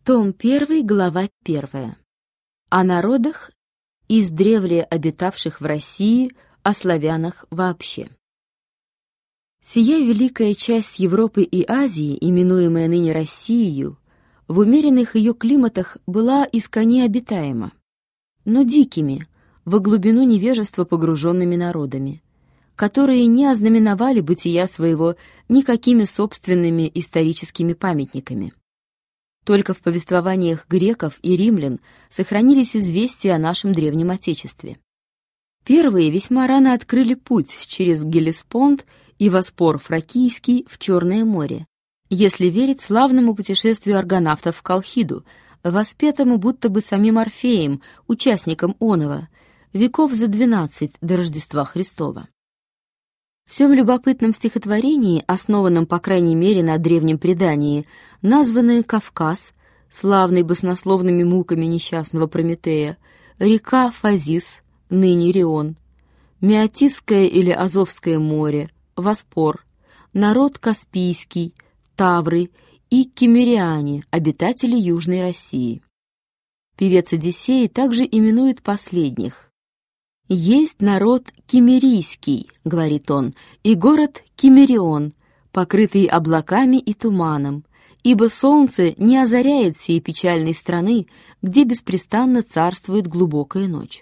Том 1, глава 1. О народах, издревле обитавших в России, о славянах вообще. Сия великая часть Европы и Азии, именуемая ныне Россией, в умеренных ее климатах была искони обитаема, но дикими, во глубину невежества погруженными народами, которые не ознаменовали бытия своего никакими собственными историческими памятниками. Только в повествованиях греков и римлян сохранились известия о нашем древнем Отечестве. Первые весьма рано открыли путь через Геллеспонд и Боспор Фракийский в Черное море, если верить славному путешествию аргонавтов в Колхиду, воспетому будто бы самим Орфеем, участником оного, веков за 12 до Рождества Христова. В всем любопытном стихотворении, основанном, по крайней мере, на древнем предании, названы Кавказ, славный баснословными муками несчастного Прометея, река Фазис, ныне Рион, Меотисское или Азовское море, Боспор, народ Каспийский, Тавры и киммериане, обитатели Южной России. Певец Одиссей также именует последних. «Есть народ киммерийский, — говорит он, — и город Киммерион, покрытый облаками и туманом, ибо солнце не озаряет сей печальной страны, где беспрестанно царствует глубокая ночь».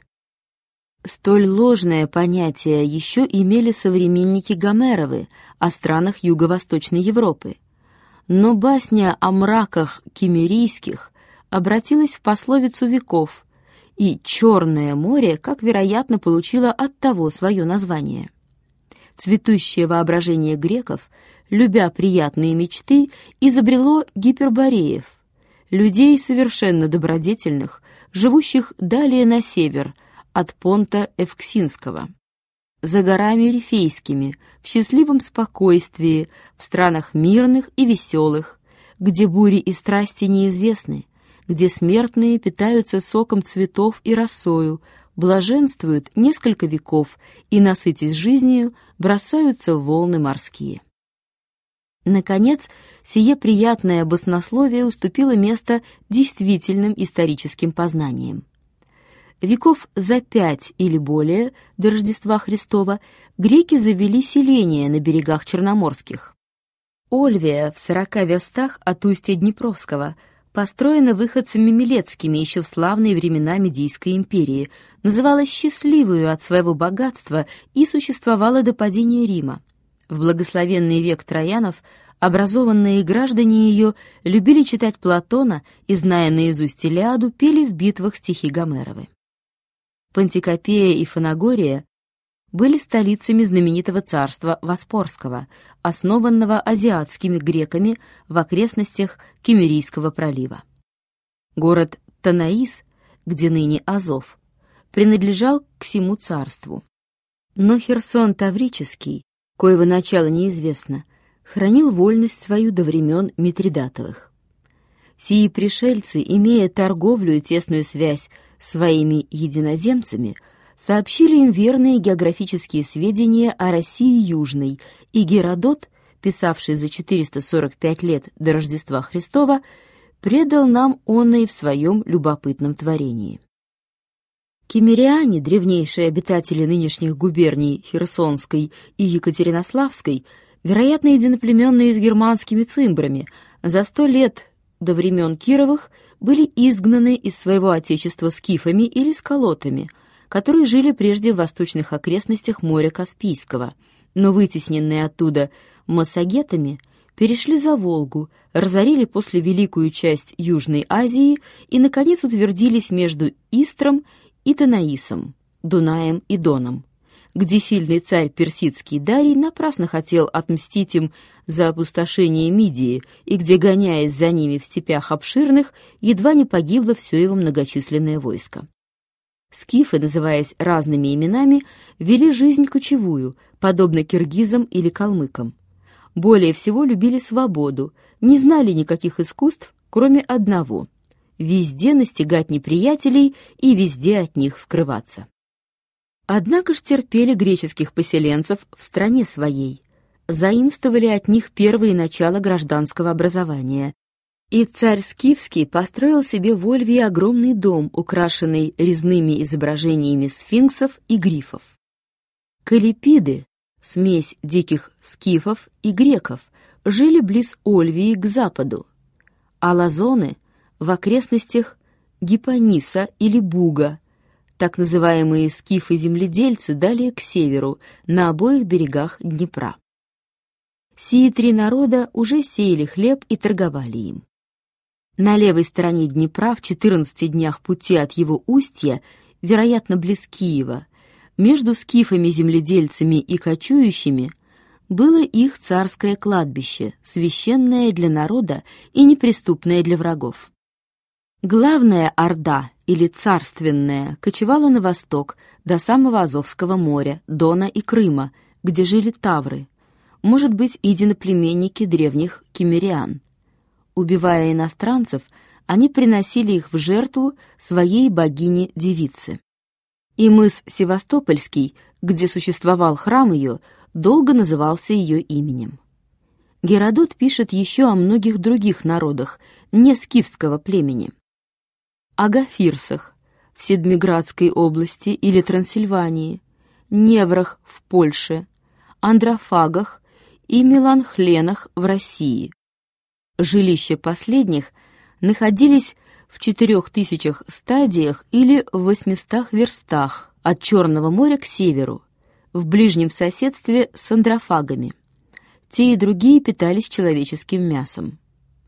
Столь ложное понятие еще имели современники Гомеровы о странах Юго-Восточной Европы. Но басня о мраках киммерийских обратилась в пословицу веков, и «Черное море», как вероятно, получило оттого свое название. Цветущее воображение греков, любя приятные мечты, изобрело гипербореев, людей совершенно добродетельных, живущих далее на север, от Понта Эвксинского, за горами Рифейскими, в счастливом спокойствии, в странах мирных и веселых, где бури и страсти неизвестны, где смертные питаются соком цветов и росою, блаженствуют несколько веков и, насытясь жизнью, бросаются в волны морские. Наконец, сие приятное баснословие уступило место действительным историческим познаниям. Веков за 5 или более до Рождества Христова греки завели селения на берегах Черноморских. Ольвия в 40 верстах от устья Днепровского построена выходцами Милецкими еще в славные времена Медийской империи, называлась счастливою от своего богатства и существовала до падения Рима. В благословенный век Троянов образованные граждане ее любили читать Платона и, зная наизусть Илиаду, пели в битвах стихи Гомеровы. Пантикопея и Фанагория были столицами знаменитого царства Боспорского, основанного азиатскими греками в окрестностях Киммерийского пролива. Город Танаис, где ныне Азов, принадлежал к сему царству. Но Херсон Таврический, коего начало неизвестно, хранил вольность свою до времен Митридатовых. Сии пришельцы, имея торговлю и тесную связь с своими единоземцами, сообщили им верные географические сведения о России Южной, и Геродот, писавший за 445 лет до Рождества Христова, предал нам оно в своем любопытном творении. Киммериане, древнейшие обитатели нынешних губерний Херсонской и Екатеринославской, вероятно, единоплеменные с германскими цимбрами, за 100 лет до времен Кировых были изгнаны из своего отечества скифами или сколотами, которые жили прежде в восточных окрестностях моря Каспийского, но вытесненные оттуда массагетами перешли за Волгу, разорили после великую часть Южной Азии и, наконец, утвердились между Истром и Танаисом, Дунаем и Доном, где сильный царь персидский Дарий напрасно хотел отмстить им за опустошение Мидии и где, гоняясь за ними в степях обширных, едва не погибло все его многочисленное войско. Скифы, называясь разными именами, вели жизнь кочевую, подобно киргизам или калмыкам. Более всего любили свободу, не знали никаких искусств, кроме одного — везде настигать неприятелей и везде от них скрываться. Однако ж терпели греческих поселенцев в стране своей, заимствовали от них первые начала гражданского образования, И царь Скифский построил себе в Ольвии огромный дом, украшенный резными изображениями сфинксов и грифов. Калипиды, смесь диких скифов и греков, жили близ Ольвии к западу, а лазоны — в окрестностях Гипониса или Буга, так называемые скифы-земледельцы, далее к северу, на обоих берегах Днепра. Сии три народа уже сеяли хлеб и торговали им. На левой стороне Днепра, в 14 днях пути от его устья, вероятно, близ Киева, между скифами-земледельцами и кочующими, было их царское кладбище, священное для народа и неприступное для врагов. Главная орда, или царственная, кочевала на восток, до самого Азовского моря, Дона и Крыма, где жили тавры, может быть, единоплеменники древних киммериан. Убивая иностранцев, они приносили их в жертву своей богине-девице. И мыс Севастопольский, где существовал храм ее, долго назывался ее именем. Геродот пишет еще о многих других народах, не скифского племени. О гафирсах в Седмиградской области или Трансильвании, неврах в Польше, андрофагах и меланхленах в России. Жилища последних находились в 4000 стадиях или в 800 верстах от Черного моря к северу, в ближнем соседстве с андрофагами. Те и другие питались человеческим мясом.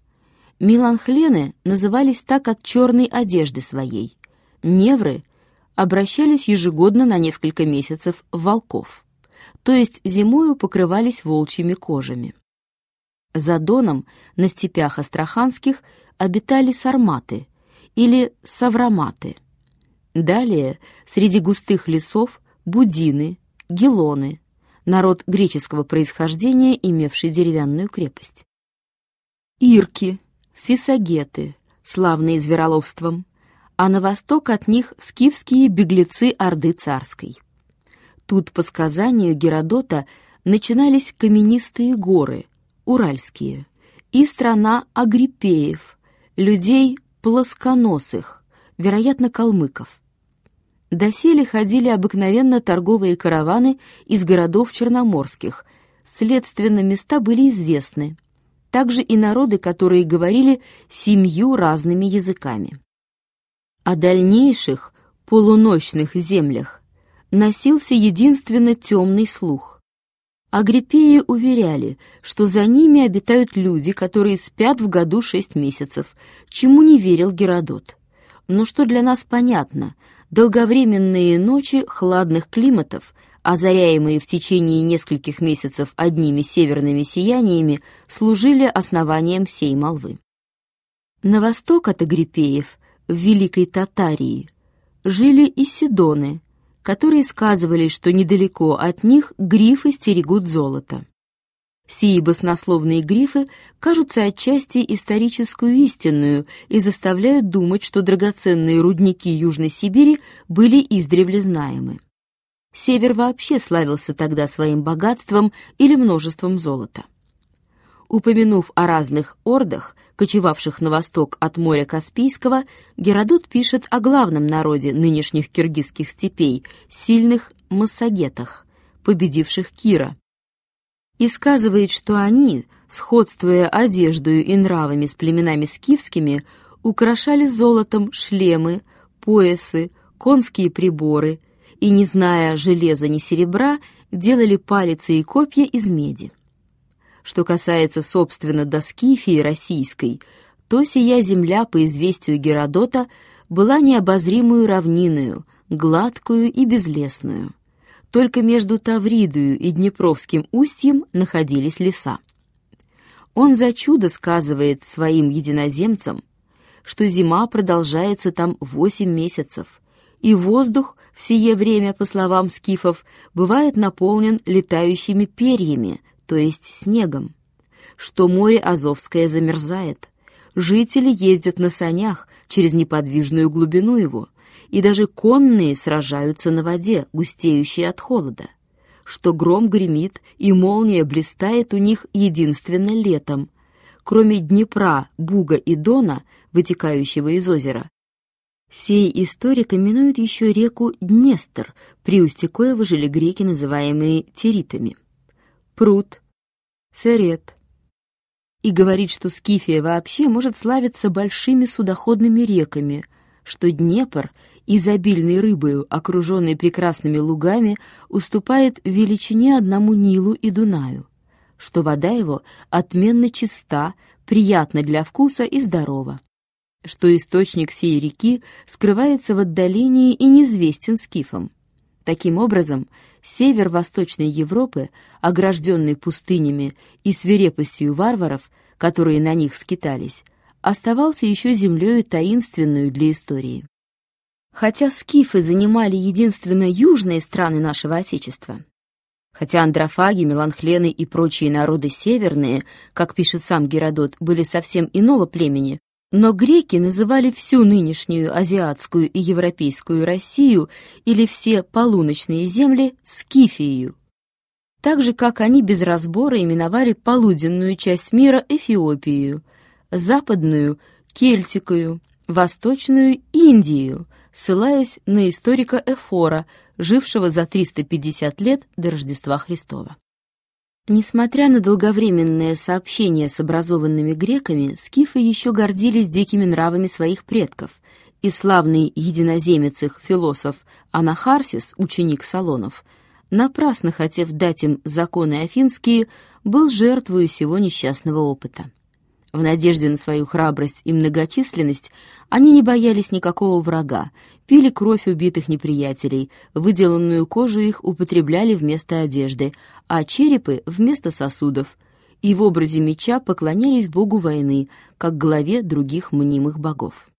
Меланхлены назывались так от черной одежды своей. Невры обращались ежегодно на несколько месяцев в волков, то есть зимою покрывались волчьими кожами. За Доном на степях астраханских обитали сарматы или савроматы. Далее среди густых лесов будины, гелоны, народ греческого происхождения, имевший деревянную крепость. Ирки, фисагеты, славные звероловством, а на восток от них скифские беглецы Орды Царской. Тут, по сказанию Геродота, начинались каменистые горы, уральские, и страна агриппеев, людей плосконосых, вероятно, калмыков. Доселе ходили обыкновенно торговые караваны из городов черноморских, следственно, места были известны. Также и народы, которые говорили 7 разными языками. О дальнейших полуночных землях носился единственно темный слух. Агриппеи уверяли, что за ними обитают люди, которые спят в году 6 месяцев, чему не верил Геродот. Но что для нас понятно, долговременные ночи хладных климатов, озаряемые в течение нескольких месяцев одними северными сияниями, служили основанием сей молвы. На восток от агриппеев, в Великой Татарии, жили и сидоны, которые сказывали, что недалеко от них грифы стерегут золото. Сии баснословные грифы кажутся отчасти историческую истинную и заставляют думать, что драгоценные рудники Южной Сибири были издревле знаемы. Север вообще славился тогда своим богатством или множеством золота. Упомянув о разных ордах, кочевавших на восток от моря Каспийского, Геродот пишет о главном народе нынешних киргизских степей, сильных массагетах, победивших Кира, и сказывает, что они, сходствуя одеждою и нравами с племенами скифскими, украшали золотом шлемы, поясы, конские приборы и, не зная железа ни серебра, делали палицы и копья из меди. Что касается, собственно, до Скифии российской, то сия земля, по известию Геродота, была необозримую равниною, гладкую и безлесную. Только между Тавридою и Днепровским устьем находились леса. Он за чудо сказывает своим единоземцам, что зима продолжается там 8 месяцев, и воздух в сие время, по словам скифов, бывает наполнен летающими перьями, то есть снегом, что море Азовское замерзает, жители ездят на санях через неподвижную глубину его, и даже конные сражаются на воде, густеющей от холода, что гром гремит и молния блистает у них единственно летом, кроме Днепра, Буга и Дона, вытекающего из озера, сей историк именует еще реку Днестр, при устье коего жили греки, называемые теритами, пруд, Серет, и говорит, что Скифия вообще может славиться большими судоходными реками, что Днепр, изобильный рыбою, окруженный прекрасными лугами, уступает в величине одному Нилу и Дунаю, что вода его отменно чиста, приятна для вкуса и здорова, что источник сей реки скрывается в отдалении и неизвестен скифам. Таким образом, север Восточной Европы, огражденный пустынями и свирепостью варваров, которые на них скитались, оставался еще землею таинственную для истории. Хотя скифы занимали единственно южные страны нашего Отечества, хотя андрофаги, меланхлены и прочие народы северные, как пишет сам Геродот, были совсем иного племени, но греки называли всю нынешнюю азиатскую и европейскую Россию или все полуночные земли Скифией, так же, как они без разбора именовали полуденную часть мира Эфиопией, западную — Кельтикою, восточную — Индию, ссылаясь на историка Эфора, жившего за 350 лет до Рождества Христова. Несмотря на долговременное сообщение с образованными греками, скифы еще гордились дикими нравами своих предков, и славный единоземец их философ Анахарсис, ученик Солонов, напрасно хотев дать им законы афинские, был жертвою сего несчастного опыта. В надежде на свою храбрость и многочисленность они не боялись никакого врага, пили кровь убитых неприятелей, выделанную кожу их употребляли вместо одежды, а черепы — вместо сосудов, и в образе меча поклонялись богу войны, как главе других мнимых богов.